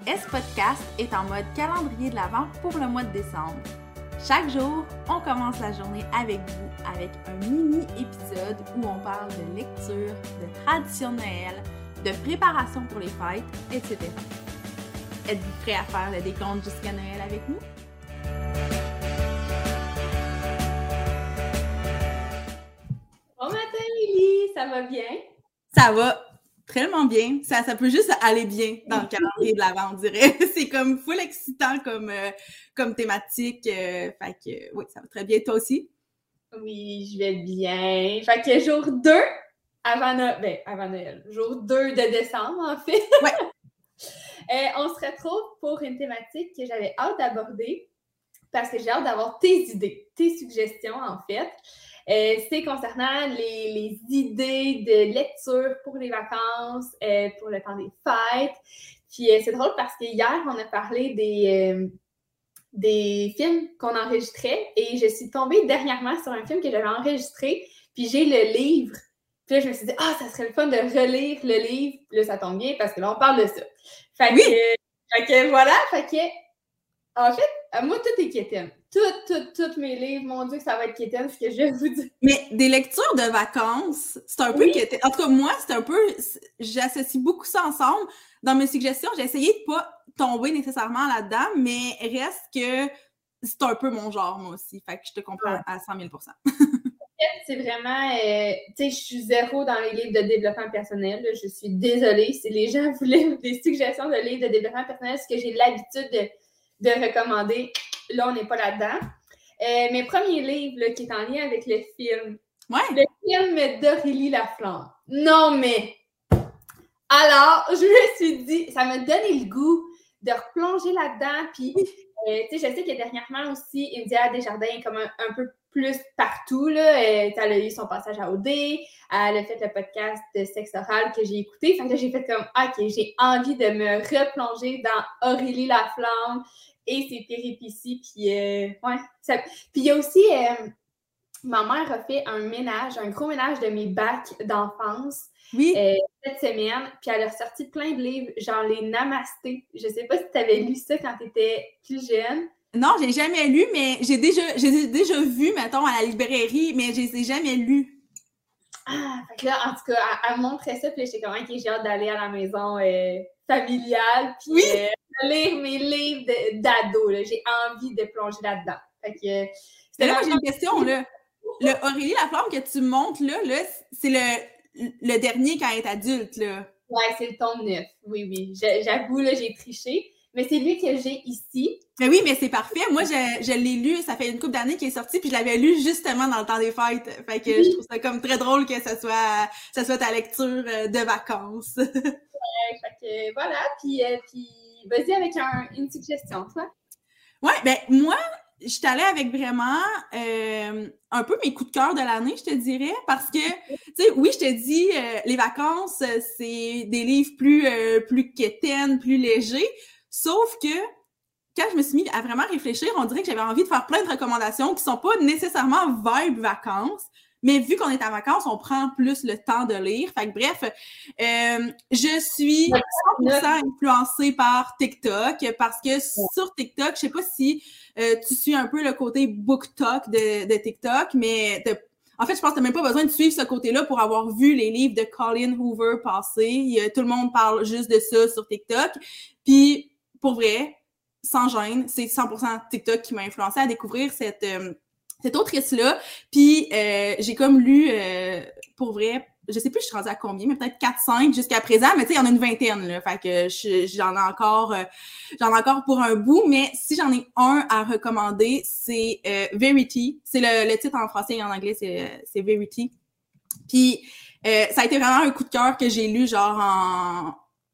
S-Podcast est en mode calendrier de l'Avent pour le mois de décembre. Chaque jour, on commence la journée avec vous avec un mini-épisode où on parle de lecture, de tradition de Noël, de préparation pour les fêtes, etc. Êtes-vous prêts à faire le décompte jusqu'à Noël avec nous? Bon matin, Lily! Ça va bien? Ça va tellement bien. Ça peut juste aller bien dans le calendrier de l'Avent, on dirait. C'est comme full excitant comme thématique. Fait que oui, ça va très bien. Toi aussi? Oui, je vais bien. Fait que jour 2 avant Noël. Jour 2 de décembre, en fait. Ouais. On se retrouve pour une thématique que j'avais hâte d'aborder parce que j'ai hâte d'avoir tes idées, tes suggestions, en fait. C'est concernant les idées de lecture pour les vacances, pour le temps des fêtes. Puis c'est drôle parce que hier, on a parlé des films qu'on enregistrait et je suis tombée dernièrement sur un film que j'avais enregistré, puis j'ai le livre. Puis là, je me suis dit, ça serait le fun de relire le livre. Puis là, ça tombe bien parce que là, on parle de ça. Fait que voilà, en fait, moi, tout est quétaine. Tous mes livres, mon Dieu, ça va être quétaine, ce que je vais vous dire. Mais des lectures de vacances, c'est un peu quétaine. En tout cas, moi, c'est un peu... J'associe beaucoup ça ensemble. Dans mes suggestions, j'ai essayé de pas tomber nécessairement là-dedans, mais reste que c'est un peu mon genre, moi aussi. Fait que je te comprends à 100 000 %. C'est vraiment... tu sais, je suis zéro dans les livres de développement personnel. Là. Je suis désolée si les gens voulaient des suggestions de livres de développement personnel, ce que j'ai l'habitude de recommander. Là, on n'est pas là-dedans. Mes premiers livres là, qui est en lien avec le film. Ouais. Le film d'Aurélie Laflamme. Non, mais... Alors, je me suis dit, ça m'a donné le goût de replonger là-dedans. Puis, tu sais, je sais que dernièrement aussi, India Desjardins est comme un peu plus partout. Là. Elle a eu son passage à OD. Elle a fait le podcast de sexe oral que j'ai écouté. Fait que j'ai fait comme, OK, j'ai envie de me replonger dans Aurélie Laflamme et ses péripéties. Puis, Puis, il y a aussi... ma mère a fait un gros ménage de mes bacs d'enfance cette semaine, puis elle a ressorti plein de livres, genre les Namasté. Je sais pas si tu avais lu ça quand tu étais plus jeune. Non, j'ai jamais lu, mais j'ai déjà vu, mettons, à la librairie, mais je les ai jamais lus. Fait que là, en tout cas, elle montrait ça, puis j'étais comme, OK, j'ai hâte d'aller à la maison familiale, puis lire mes livres d'ado. J'ai envie de plonger là-dedans. Fait que... Mais là, moi, j'ai une question, là. Le Aurélie Laflamme que tu montres, là c'est le dernier quand elle est adulte, là. Ouais, c'est le tome 9. Oui. J'avoue, là, j'ai triché. Mais c'est lui que j'ai ici. Mais oui, mais c'est parfait. Moi, je l'ai lu, ça fait une couple d'années qu'il est sorti, puis je l'avais lu justement dans le temps des fêtes. Fait que je trouve ça comme très drôle que ça soit ta lecture de vacances. Fait que voilà, puis vas-y avec une suggestion, toi. Ouais, ben moi, je suis allée avec vraiment un peu mes coups de cœur de l'année, je te dirais, parce que, tu sais, oui, je te dis, les vacances, c'est des livres plus quétaines, plus légers, sauf que quand je me suis mis à vraiment réfléchir, on dirait que j'avais envie de faire plein de recommandations qui sont pas nécessairement vibe vacances, mais vu qu'on est en vacances, on prend plus le temps de lire. Fait que bref, je suis 100% influencée par TikTok parce que sur TikTok, je sais pas si tu suis un peu le côté BookTok de TikTok, mais en fait, je pense que t'as même pas besoin de suivre ce côté-là pour avoir vu les livres de Colleen Hoover passer. Tout le monde parle juste de ça sur TikTok. Puis, pour vrai, sans gêne, c'est 100% TikTok qui m'a influencée à découvrir cette autrice-là. Puis, j'ai comme lu, pour vrai, je sais plus je suis rendue à combien, mais peut-être 4-5 jusqu'à présent, mais tu sais, il y en a une vingtaine, là. Fait que j'en ai encore pour un bout, mais si j'en ai un à recommander, c'est Verity. C'est le titre en français et en anglais, c'est Verity. Puis, ça a été vraiment un coup de cœur que j'ai lu, genre, en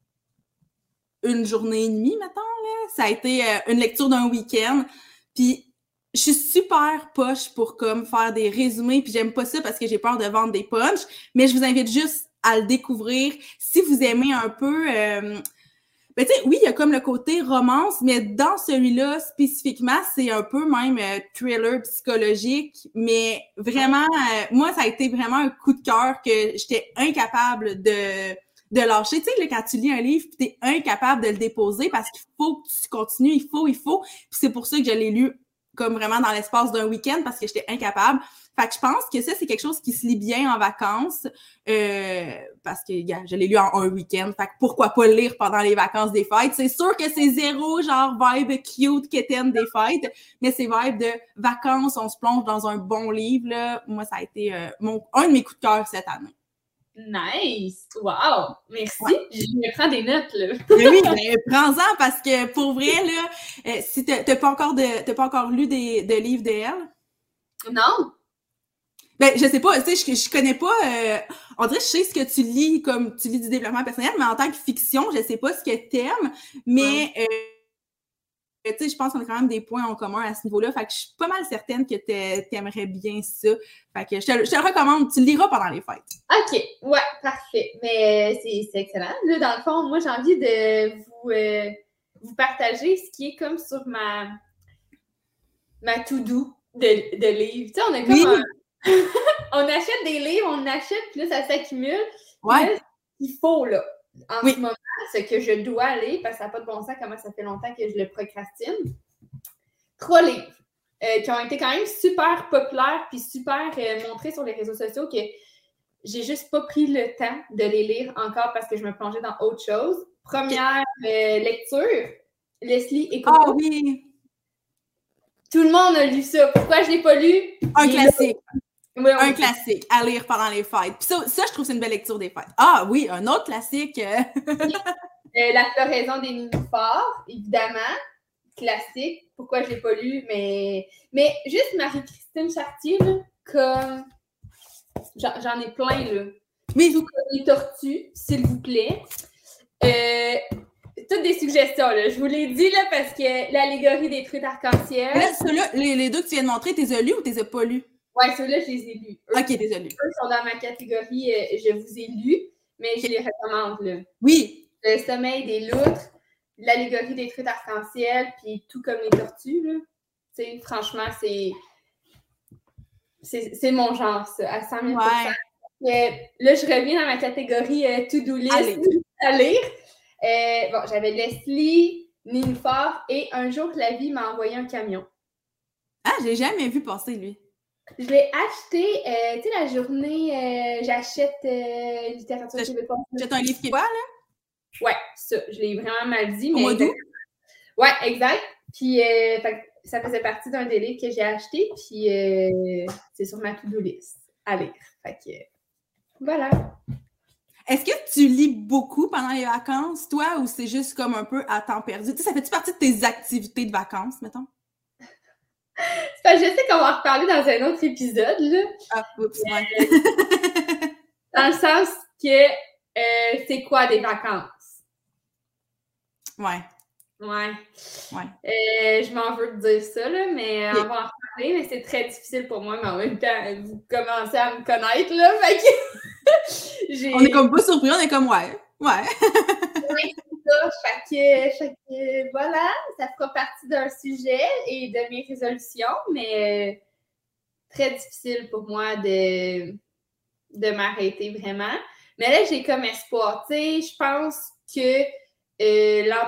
une journée et demie, mettons, là. Ça a été une lecture d'un week-end. Puis, je suis super poche pour comme faire des résumés, puis j'aime pas ça parce que j'ai peur de vendre des punchs, mais je vous invite juste à le découvrir. Si vous aimez un peu... ben tu sais, oui, il y a comme le côté romance, mais dans celui-là, spécifiquement, c'est un peu même thriller psychologique, mais vraiment, moi, ça a été vraiment un coup de cœur que j'étais incapable de lâcher. Tu sais, là, quand tu lis un livre puis t'es incapable de le déposer parce qu'il faut que tu continues, il faut. Puis c'est pour ça que je l'ai lu comme vraiment dans l'espace d'un week-end parce que j'étais incapable. Fait que je pense que ça, c'est quelque chose qui se lit bien en vacances parce que je l'ai lu en un week-end. Fait que pourquoi pas le lire pendant les vacances des fêtes? C'est sûr que c'est zéro genre vibe cute quétaine des fêtes, mais c'est vibe de vacances, on se plonge dans un bon livre. Là. Moi, ça a été un de mes coups de cœur cette année. Nice! Wow! Merci! Ouais. Je me prends des notes, là. Mais oui, ben, prends-en parce que pour vrai, là, si t'as pas encore lu de livres d'elle? Non! Ben, je sais pas, tu sais, je connais pas, on dirait que je sais ce que tu lis, comme tu lis du développement personnel, mais en tant que fiction, je sais pas ce que t'aimes, mais tu sais, je pense qu'on a quand même des points en commun à ce niveau-là, fait que je suis pas mal certaine que t'aimerais bien ça, fait que je te le recommande, tu le liras pendant les fêtes. OK, ouais, parfait, mais c'est excellent. Là, dans le fond, moi, j'ai envie de vous partager ce qui est comme sur ma to-do de livres. Tu sais, on a comme on achète des livres, on achète, puis là, ça s'accumule. Ouais. Là, il faut, là, en ce moment, ce que je dois aller, parce que ça n'a pas de bon sens comment ça fait longtemps que je le procrastine. 3 livres qui ont été quand même super populaires puis super montrés sur les réseaux sociaux que j'ai juste pas pris le temps de les lire encore parce que je me plongeais dans autre chose. Première lecture, Leslie et Coco. Ah oui! Tout le monde a lu ça. Pourquoi je ne l'ai pas lu? Un classique. Oui, un classique à lire pendant les fêtes. Puis ça, je trouve que c'est une belle lecture des fêtes. Ah oui, un autre classique. La floraison des nénuphars, évidemment. Classique. Pourquoi je ne l'ai pas lu? Mais juste Marie-Christine Chartier, là, comme... J'en ai plein, là. Oui. Tout comme les tortues, s'il vous plaît. Toutes des suggestions, là. Je vous l'ai dit, là, parce que l'allégorie des trucs arc-en-ciel. Là, ceux-là, les deux que tu viens de montrer, t'es as lus ou t'es as pas lus? Ouais, ceux-là, je les ai lus. OK, t'es as lus. Eux sont dans ma catégorie je vous ai lus, mais je les recommande, là. Oui. Le sommeil des loutres, l'allégorie des trucs arc-en-ciel, puis tout comme les tortues, là. Tu sais, franchement, c'est mon genre, ça, à 100 000 Ouais. Là, je reviens dans ma catégorie to-do list à lire. Bon, j'avais Leslie, Nénuphar et Un jour que la vie m'a envoyé un camion. Ah, je l'ai jamais vu passer, lui. Je l'ai acheté, tu sais, la journée, j'achète littérature québécoise. J'achète un livre québécois, là? Ouais, ça, je l'ai vraiment mal dit. Au mois d'août? Ouais, exact. Puis, ça faisait partie d'un des livres que j'ai acheté, puis c'est sur ma to-do list à lire. Fait que, voilà. Est-ce que tu lis beaucoup pendant les vacances, toi, ou c'est juste comme un peu à temps perdu? Tu sais, ça fait-tu partie de tes activités de vacances, mettons? C'est parce que je sais qu'on va en reparler dans un autre épisode, là. Ah, oups, ouais. Dans le sens que c'est quoi des vacances? Ouais. Ouais. Ouais. Je m'en veux de dire ça, là, mais on va en reparler, mais c'est très difficile pour moi, mais en même temps, vous commencez à me connaître, là, fait que... On est comme pas surpris, on est comme ouais. Ouais, c'est ça. Fait que, voilà, ça fera partie d'un sujet et de mes résolutions, mais très difficile pour moi de m'arrêter vraiment. Mais là, j'ai comme espoir. Tu sais, je pense que l'an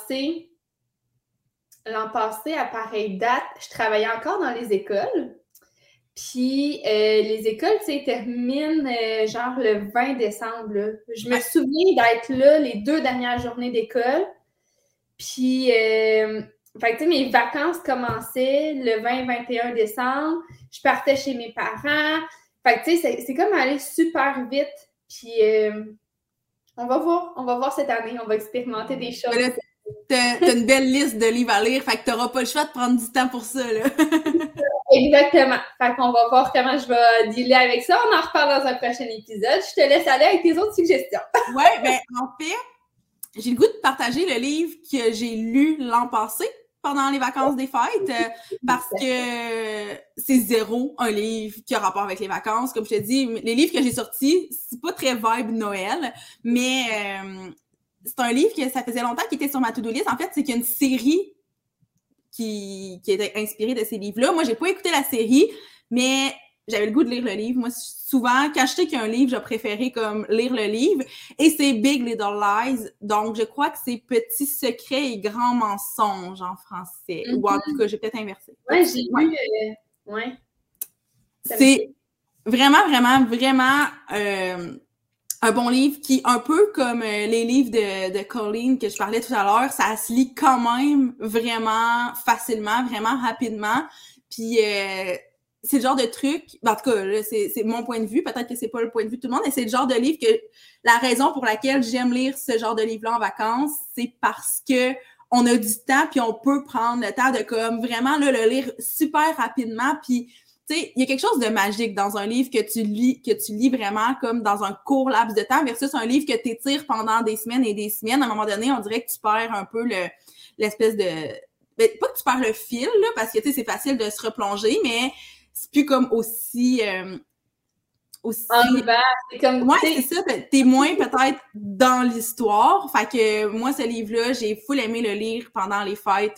passé, à pareille date, je travaillais encore dans les écoles. Puis, les écoles, tu sais, terminent genre le 20 décembre. Là. Je me souviens d'être là les 2 dernières journées d'école. Puis, fait que, tu sais, mes vacances commençaient le 20-21 décembre. Je partais chez mes parents. Fait que, tu sais, c'est comme aller super vite. Puis, on va voir cette année. On va expérimenter des choses. Là, t'as une belle liste de livres à lire. Fait que t'auras pas le choix de prendre du temps pour ça, là. Exactement. Fait qu'on va voir comment je vais dealer avec ça. On en reparle dans un prochain épisode. Je te laisse aller avec tes autres suggestions. Ouais, ben en fait, j'ai le goût de partager le livre que j'ai lu l'an passé pendant les vacances des fêtes parce que c'est zéro un livre qui a rapport avec les vacances. Comme je te dis, les livres que j'ai sortis, c'est pas très vibe Noël, mais c'est un livre que ça faisait longtemps qu'il était sur ma to-do list. En fait, c'est qu'il y a une série qui était inspirée de ces livres-là. Moi, j'ai pas écouté la série, mais j'avais le goût de lire le livre. Moi, souvent, quand je sais qu'il y a un livre, j'ai préféré comme lire le livre. Et c'est Big Little Lies. Donc, je crois que c'est Petits secrets et grands mensonges en français. Ou en tout cas, j'ai peut-être inversé. Ouais, j'ai lu. Ouais. C'est vraiment, vraiment, vraiment un bon livre qui, un peu comme les livres de Colleen que je parlais tout à l'heure, ça se lit quand même vraiment facilement, vraiment rapidement. Puis c'est le genre de truc, en tout cas, là, c'est mon point de vue, peut-être que c'est pas le point de vue de tout le monde, mais c'est le genre de livre que la raison pour laquelle j'aime lire ce genre de livre-là en vacances, c'est parce que on a du temps, puis on peut prendre le temps de comme vraiment là, le lire super rapidement, puis tu sais, il y a quelque chose de magique dans un livre que tu lis vraiment comme dans un court laps de temps versus un livre que tu étires pendant des semaines et des semaines. À un moment donné, on dirait que tu perds un peu l'espèce de... Ben, pas que tu perds le fil, là, parce que, tu sais, c'est facile de se replonger, mais c'est plus comme aussi... c'est comme... Ouais, c'est ça. T'es moins peut-être dans l'histoire. Fait que moi, ce livre-là, j'ai full aimé le lire pendant les fêtes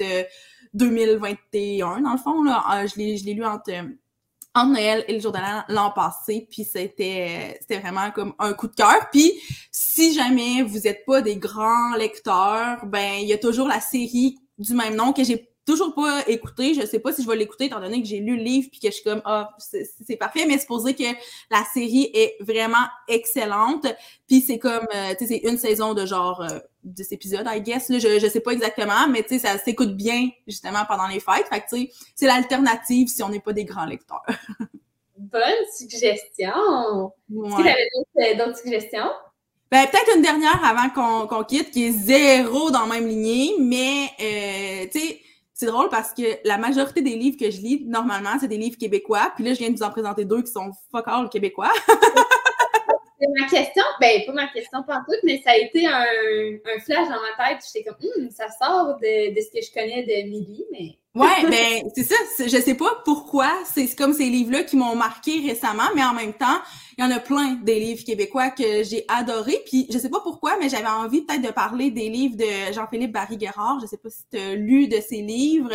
2021, dans le fond. Là. Je l'ai lu entre Noël et le jour de l'an passé, puis c'était vraiment comme un coup de cœur. Puis si jamais vous n'êtes pas des grands lecteurs, ben il y a toujours la série du même nom que j'ai toujours pas écouté. Je sais pas si je vais l'écouter étant donné que j'ai lu le livre puis que je suis comme c'est parfait, mais supposé que la série est vraiment excellente. Puis c'est comme tu sais c'est une saison de genre 10 épisodes, I guess. Là, je sais pas exactement, mais tu sais ça s'écoute bien justement pendant les fêtes. Fait que tu sais c'est l'alternative si on n'est pas des grands lecteurs. Bonne suggestion. Ouais. Est-ce que tu avais d'autres suggestions? Ben, peut-être une dernière avant qu'on quitte, qui est zéro dans la même lignée, mais tu sais, c'est drôle parce que la majorité des livres que je lis, normalement, c'est des livres québécois. Puis là, je viens de vous en présenter 2 qui sont fuck all québécois. C'est ma question, ben pas ma question pantoute, mais ça a été un flash dans ma tête. J'étais comme, ça sort de ce que je connais de Milly, mais... Ouais, ben c'est ça. Je sais pas pourquoi. C'est comme ces livres-là qui m'ont marqué récemment, mais en même temps, il y en a plein des livres québécois que j'ai adorés. Puis je sais pas pourquoi, mais j'avais envie peut-être de parler des livres de Jean-Philippe Barry-Guerrard. Je sais pas si tu as lu de ses livres.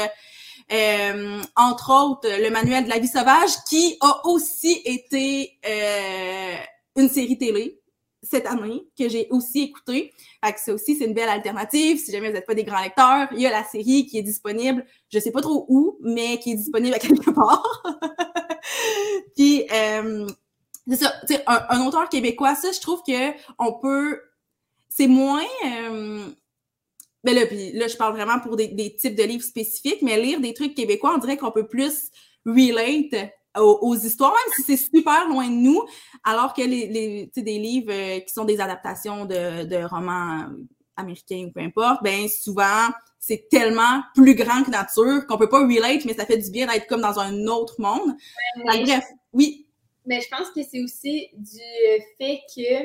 Entre autres, Le Manuel de la vie sauvage, qui a aussi été une série télé cette année, que j'ai aussi écouté. Fait que ça aussi, c'est une belle alternative. Si jamais vous n'êtes pas des grands lecteurs, il y a la série qui est disponible, je sais pas trop où, mais qui est disponible à quelque part. Puis, c'est ça, tu sais, un auteur québécois, ça, je trouve que on peut... C'est moins... Ben là, puis là, je parle vraiment pour des types de livres spécifiques, mais lire des trucs québécois, on dirait qu'on peut plus relate aux histoires, même si c'est super loin de nous, alors que des livres qui sont des adaptations de romans américains ou peu importe, ben souvent, c'est tellement plus grand que nature qu'on peut pas relate, mais ça fait du bien d'être comme dans un autre monde. Bref, oui. Mais je pense que c'est aussi du fait que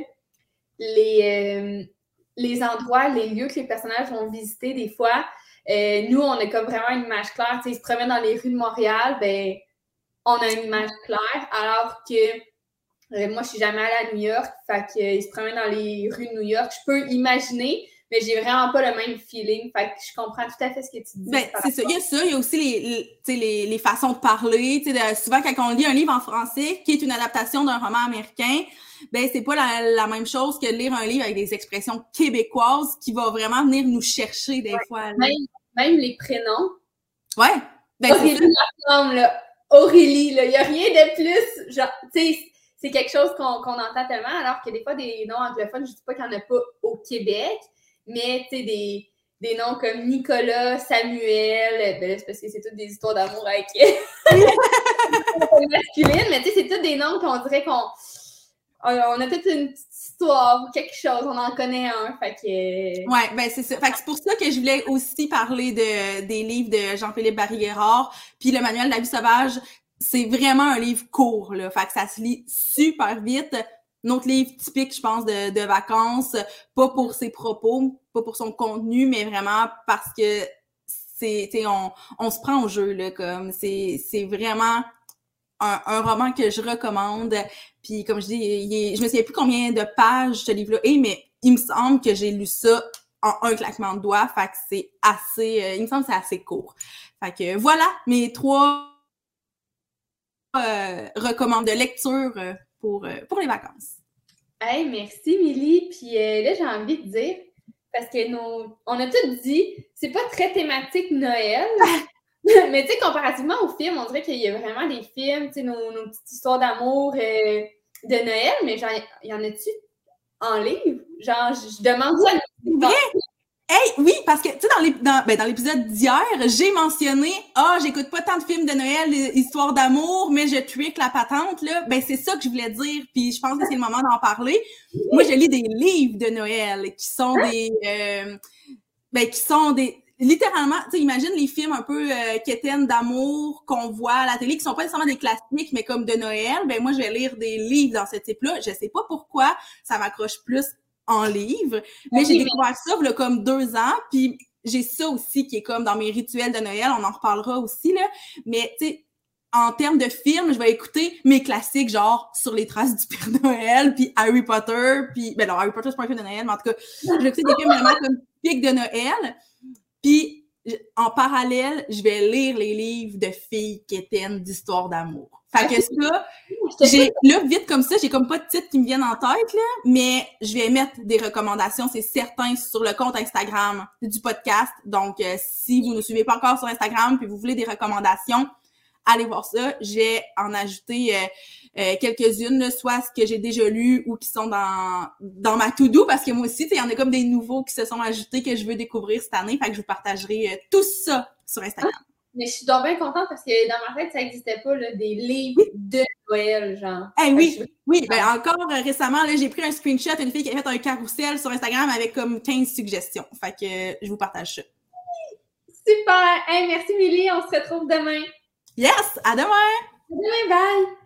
les endroits, les lieux que les personnages vont visiter, des fois, nous, on a comme vraiment une image claire. Tu sais, ils se promènent dans les rues de Montréal, ben on a une image claire, alors que moi, je suis jamais allée à New York, fait qu'ils se promènent dans les rues de New York. Je peux imaginer, mais j'ai vraiment pas le même feeling. Fait que je comprends tout à fait ce que tu dis. Ben, c'est ça. Il y a ça. Il y a aussi les façons de parler. Souvent, quand on lit un livre en français qui est une adaptation d'un roman américain, ben c'est pas la même chose que de lire un livre avec des expressions québécoises qui va vraiment venir nous chercher des fois. Même les prénoms. Ouais. Ben, Aurélie Laflamme, là. Aurélie, là. Il n'y a rien de plus. Genre, tu sais, c'est quelque chose qu'on entend tellement, alors que des fois, des noms anglophones, je dis pas qu'il n'y en a pas au Québec, mais tu sais, des noms comme Nicolas, Samuel, ben là, c'est parce que c'est toutes des histoires d'amour avec masculine, mais tu sais, c'est tous des noms qu'on dirait on a toute une petite histoire ou quelque chose, on en connaît un, fait que... Ouais, ben c'est ça. Fait que c'est pour ça que je voulais aussi parler des livres de Jean-Philippe Barry-Guerrard, puis Le Manuel de la vie sauvage, c'est vraiment un livre court, là, fait que ça se lit super vite. Un autre livre typique, je pense, de vacances, pas pour ses propos, pas pour son contenu, mais vraiment parce que on se prend au jeu, là, comme c'est vraiment un roman que je recommande. Puis comme je dis, je me souviens plus combien de pages ce livre-là est, mais il me semble que j'ai lu ça en un claquement de doigts. Fait que c'est assez, il me semble que c'est assez court. Fait que voilà mes 3 recommande de lecture pour les vacances. Hey, merci, Milly. Puis là, j'ai envie de dire, parce que on a tout dit, c'est pas très thématique Noël. Mais tu sais, comparativement aux films, on dirait qu'il y a vraiment des films, tu sais, nos petites histoires d'amour de Noël, mais genre, y en a-tu en livre? Genre, je demande ça. C'est vrai? Hey, oui, parce que, tu sais, dans l'épisode d'hier, j'ai mentionné, j'écoute pas tant de films de Noël, histoires d'amour, mais je tweak la patente, là. Ben, c'est ça que je voulais dire, puis je pense que c'est le moment d'en parler. Moi, je lis des livres de Noël qui sont littéralement, tu sais, imagine les films un peu quétaines d'amour qu'on voit à la télé, qui sont pas nécessairement des classiques, mais comme de Noël. Ben, moi, je vais lire des livres dans ce type-là. Je sais pas pourquoi ça m'accroche plus en livre, mais j'ai découvert ça il y a comme 2 ans, puis j'ai ça aussi qui est comme dans mes rituels de Noël, on en reparlera aussi, là, mais tu sais, en termes de films, je vais écouter mes classiques, genre Sur les traces du Père Noël, puis Harry Potter, puis, ben non, Harry Potter, c'est pas un film de Noël, mais en tout cas, je vais écouter des films vraiment comme typiques de Noël, puis en parallèle, je vais lire les livres de filles quétaines d'histoires d'amour. Fait que ça, là, vite comme ça, j'ai comme pas de titres qui me viennent en tête, là, mais je vais mettre des recommandations, c'est certain, sur le compte Instagram du podcast. Donc, si vous ne nous suivez pas encore sur Instagram puis vous voulez des recommandations, allez voir ça. Je vais en ajouter quelques-unes, là, soit ce que j'ai déjà lu ou qui sont dans ma to-do, parce que moi aussi, il y en a comme des nouveaux qui se sont ajoutés que je veux découvrir cette année. Fait que je vous partagerai tout ça sur Instagram. Mais je suis donc bien contente parce que dans ma tête, ça n'existait pas, là, des livres de Noël, genre. Hey, oui, ben encore récemment, là, j'ai pris un screenshot d'une fille qui a fait un carrousel sur Instagram avec comme 15 suggestions. Fait que je vous partage ça. Super! Hey, merci, Milly. On se retrouve demain. Yes! À demain! À demain, bye!